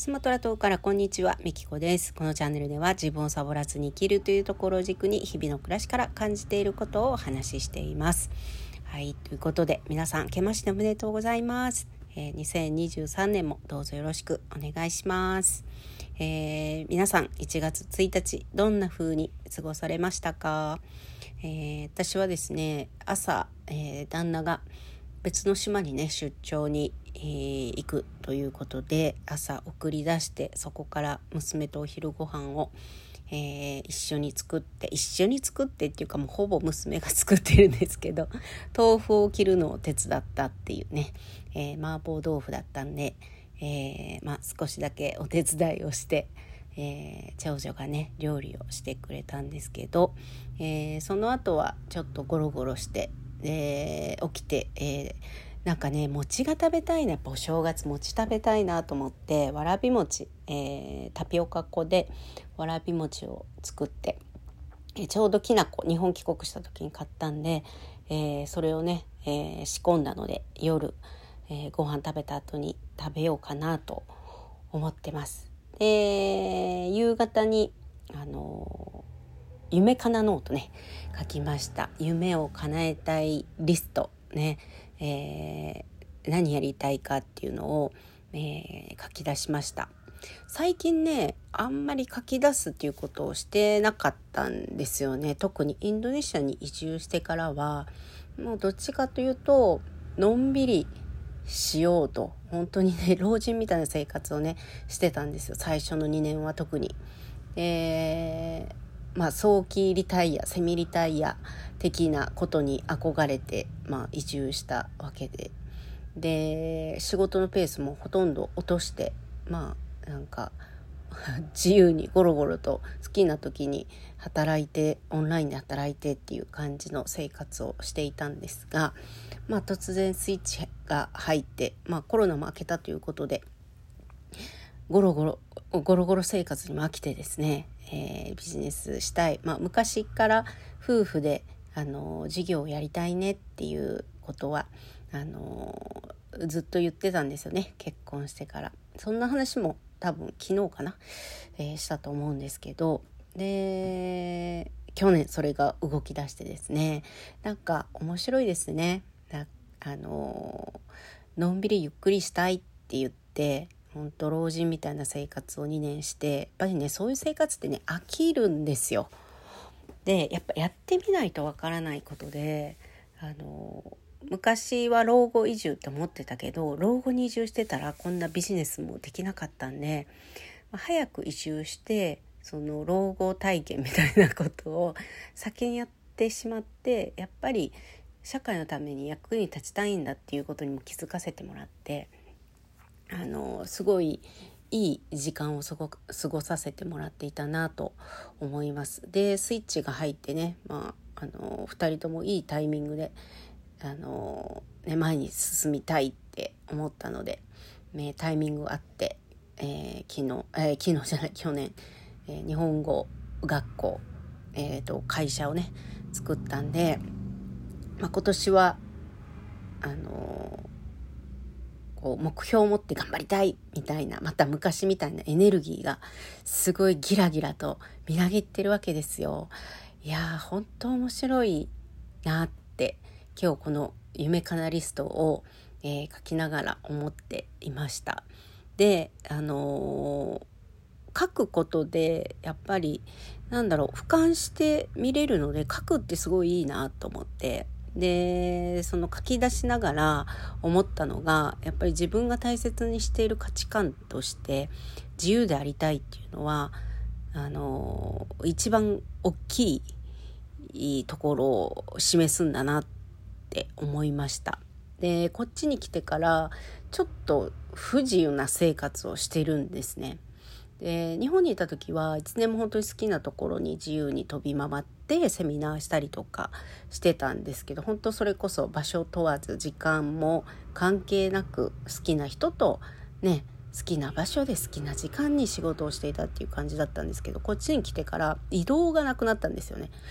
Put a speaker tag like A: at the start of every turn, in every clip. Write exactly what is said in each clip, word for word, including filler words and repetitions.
A: スマトラ島からこんにちは、みきこです。このチャンネルでは自分をサボらずに生きるというところを軸に日々の暮らしから感じていることをお話ししています。はい、ということで皆さん明けましておめでとうございます。えー、にせんにじゅうさんねんもどうぞよろしくお願いします。えー、皆さんいちがつついたちどんな風に過ごされましたか？えー、私はですね、朝、えー、旦那が別の島にね出張に、えー、行くということで朝送り出して、そこから娘とお昼ご飯を、えー、一緒に作って一緒に作ってっていうかもうほぼ娘が作ってるんですけど、豆腐を切るのを手伝ったっていうね、えー、麻婆豆腐だったんで、えーまあ、少しだけお手伝いをして、えー、長女がね料理をしてくれたんですけど、えー、その後はちょっとゴロゴロしてで起きて、えー、なんかね餅が食べたいな、やっぱお正月餅食べたいなと思ってわらび餅、えー、タピオカ粉でわらび餅を作って、えー、ちょうどきな粉日本帰国した時に買ったんで、えー、それをね、えー、仕込んだので夜、えー、ご飯食べた後に食べようかなと思ってます。で夕方にあのー夢かなノートね書きました。夢を叶えたいリストね、えー、何やりたいかっていうのを、えー、書き出しました。最近ねあんまり書き出すっていうことをしてなかったんですよね。特にインドネシアに移住してからはもうどっちかというとのんびりしようと、本当にね老人みたいな生活をねしてたんですよ、最初のにねんは特に。でまあ、早期リタイアセミリタイア的なことに憧れて、まあ、移住したわけで、で仕事のペースもほとんど落として、まあなんか自由にゴロゴロと好きな時に働いてオンラインで働いてっていう感じの生活をしていたんですが、まあ、突然スイッチが入って、まあ、コロナも明けたということでゴロゴロゴロゴロ生活にも飽きてですね、えー、ビジネスしたい、まあ、昔から夫婦であの事業をやりたいねっていうことはあのずっと言ってたんですよね、結婚してから。そんな話も多分昨日かな、えー、したと思うんですけど、で去年それが動き出してですね、なんか面白いですね。あののんびりゆっくりしたいって言って本当老人みたいな生活をにねんして、やっぱりねそういう生活ってね飽きるんですよ。でやっぱやってみないとわからないことで、あの昔は老後移住って思ってたけど、老後に移住してたらこんなビジネスもできなかったんで、早く移住してその老後体験みたいなことを先にやってしまって、やっぱり社会のために役に立ちたいんだっていうことにも気づかせてもらって、あのすごいいい時間を過ご、過ごさせてもらっていたなと思います。でスイッチが入ってね、まあ、あのふたりともいいタイミングであの、ね、前に進みたいって思ったので、ね、タイミングがあって、えー、昨日、えー、昨日じゃない去年、えー、日本語学校、えーと、会社をね作ったんで、まあ、今年はあのこう目標を持って頑張りたいみたいな、また昔みたいなエネルギーがすごいギラギラとみなぎってるわけですよ。いやー本当面白いなって今日この夢かなリストを、えー、書きながら思っていました。であのー、書くことでやっぱりなんだろう俯瞰して見れるので、書くってすごいいいなと思って、でその書き出しながら思ったのが、やっぱり自分が大切にしている価値観として自由でありたいっていうのはあの一番大きいところを示すんだなって思いました。でこっちに来てからちょっと不自由な生活をしてるんですね。で日本にいた時はいつでも本当に好きなところに自由に飛び回ってセミナーしたりとかしてたんですけど、本当それこそ場所問わず時間も関係なく好きな人とね好きな場所で好きな時間に仕事をしていたっていう感じだったんですけど、こっちに来てから移動がなくなったんですよね。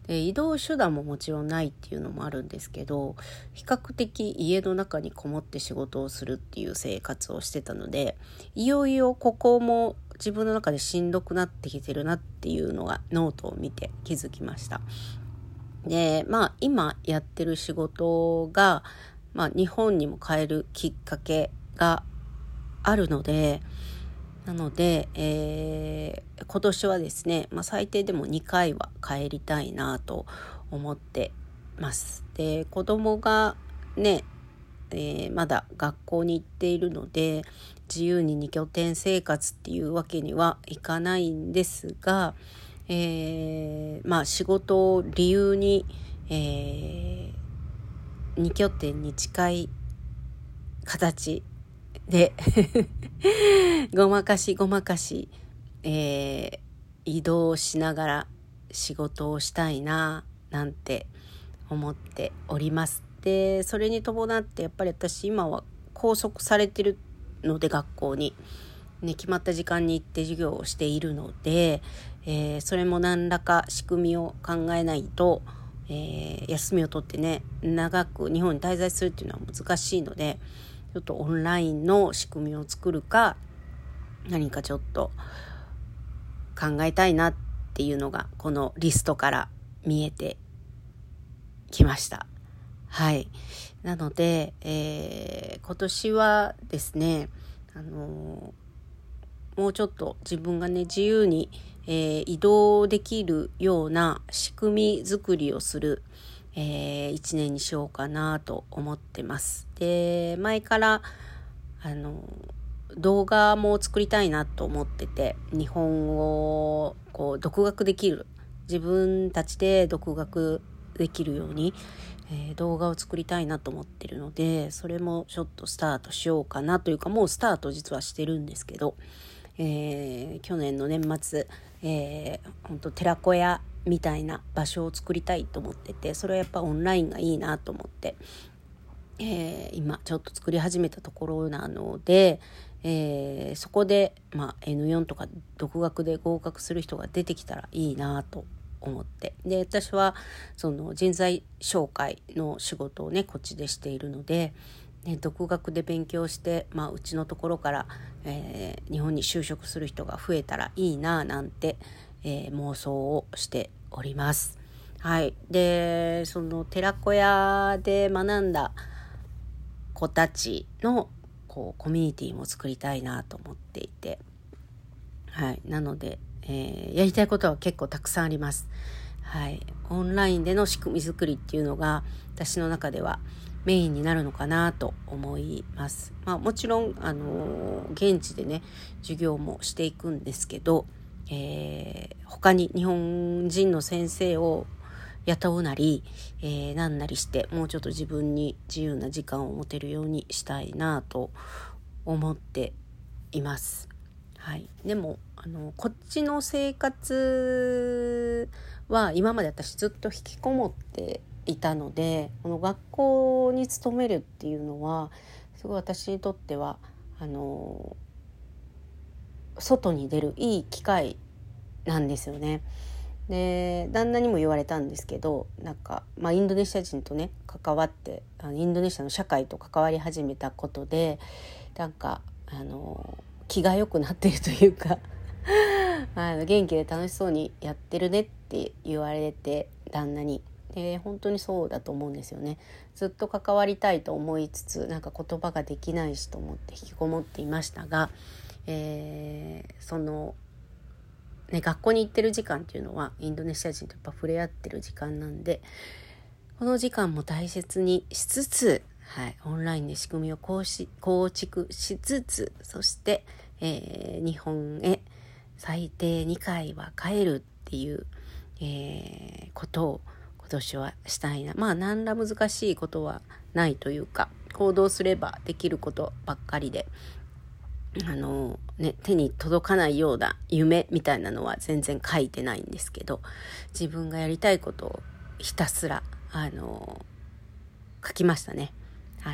A: えー、移動手段ももちろんないっていうのもあるんですけど、比較的家の中にこもって仕事をするっていう生活をしてたので、いよいよここも自分の中でしんどくなってきてるなっていうのがノートを見て気づきました。で、まあ今やってる仕事が、まあ、日本にも帰るきっかけがあるので、なので、えー、今年はですね、まあ、最低でもにかいは帰りたいなと思ってます。で、子供がね、えー、まだ学校に行っているので、自由にに拠点生活っていうわけにはいかないんですが、えー、まあ仕事を理由に、えー、に拠点に近い形でごまかしごまかし、えー、移動しながら仕事をしたいななんて思っております。で、それに伴ってやっぱり私今は拘束されてるので、学校に、ね、決まった時間に行って授業をしているので、えー、それも何らか仕組みを考えないと、えー、休みを取ってね長く日本に滞在するっていうのは難しいので、ちょっとオンラインの仕組みを作るか何かちょっと考えたいなっていうのがこのリストから見えてきました。はい。なので、えー、今年はですね、あのー、もうちょっと自分がね自由に、えー、移動できるような仕組み作りをする、えー、いちねんにしようかなと思ってます。で、前からあの動画も作りたいなと思ってて、日本語をこう独学できる、自分たちで独学できるように、えー、動画を作りたいなと思ってるので、それもちょっとスタートしようかなというか、もうスタート実はしてるんですけど、えー、去年の年末、えー、本当寺子屋みたいな場所を作りたいと思ってて、それはやっぱオンラインがいいなと思って、えー、今ちょっと作り始めたところなので、えー、そこで、まあ、エヌよん とか独学で合格する人が出てきたらいいなと思って、で私はその人材紹介の仕事をねこっちでしているので、ね、独学で勉強して、まあ、うちのところから、えー、日本に就職する人が増えたらいいななんて、えー、妄想をしております。はい。で、その寺子屋で学んだ子たちのこうコミュニティも作りたいなと思っていて、はい。なので、えー、やりたいことは結構たくさんあります。はい。オンラインでの仕組み作りっていうのが私の中ではメインになるのかなと思います。まあもちろんあのー、現地でね授業もしていくんですけど、えー、他に日本人の先生を雇うなり、えー、なんなりしてもうちょっと自分に自由な時間を持てるようにしたいなと思っています。はい。でもあのこっちの生活は今まで私ずっと引きこもっていたので、この学校に勤めるっていうのはすごい私にとってはあの外に出るいい機会なんですよね。で、旦那にも言われたんですけど、なんか、まあ、インドネシア人とね関わって、あのインドネシアの社会と関わり始めたことで、なんかあの気が良くなってるというかあの元気で楽しそうにやってるねって言われて、旦那に。で、本当にそうだと思うんですよね。ずっと関わりたいと思いつつ、なんか言葉ができないしと思って引きこもっていましたが、えー、そのね、学校に行ってる時間っていうのはインドネシア人とやっぱ触れ合ってる時間なんで、この時間も大切にしつつ、はい、オンラインで仕組みを構築しつつ、そして、えー、日本へ最低にかいは帰るっていう、えー、ことを今年はしたいな。まあ何ら難しいことはないというか、行動すればできることばっかりで、あのね、手に届かないような夢みたいなのは全然書いてないんですけど、自分がやりたいことをひたすらあの書きましたね。はい。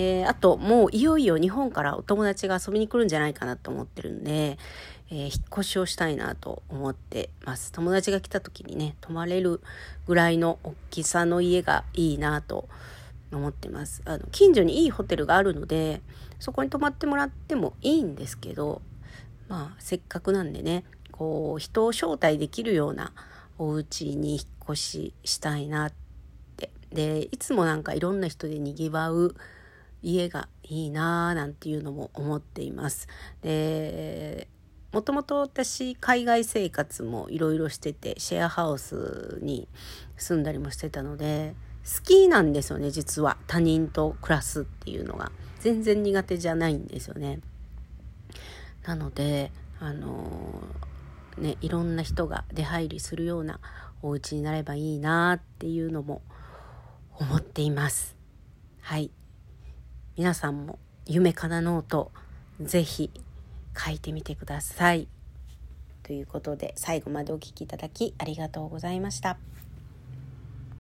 A: で、あともういよいよ日本からお友達が遊びに来るんじゃないかなと思ってるんで、えー、引っ越しをしたいなと思ってます。友達が来た時にね、泊まれるぐらいの大きさの家がいいなと思ってます。あの近所にいいホテルがあるので、そこに泊まってもらってもいいんですけど、まあせっかくなんでね、こう人を招待できるようなお家に引っ越ししたいなって。で、いつもなんかいろんな人でにぎわう家がいいななんていうのも思っています。で、もともと私海外生活もいろいろしてて、シェアハウスに住んだりもしてたので好きなんですよね。実は他人と暮らすっていうのが全然苦手じゃないんですよね。なのであのー、ねいろんな人が出入りするようなお家になればいいなっていうのも思っています。はい、皆さんも夢かなノートぜひ書いてみてください。ということで最後までお聞きいただきありがとうございました。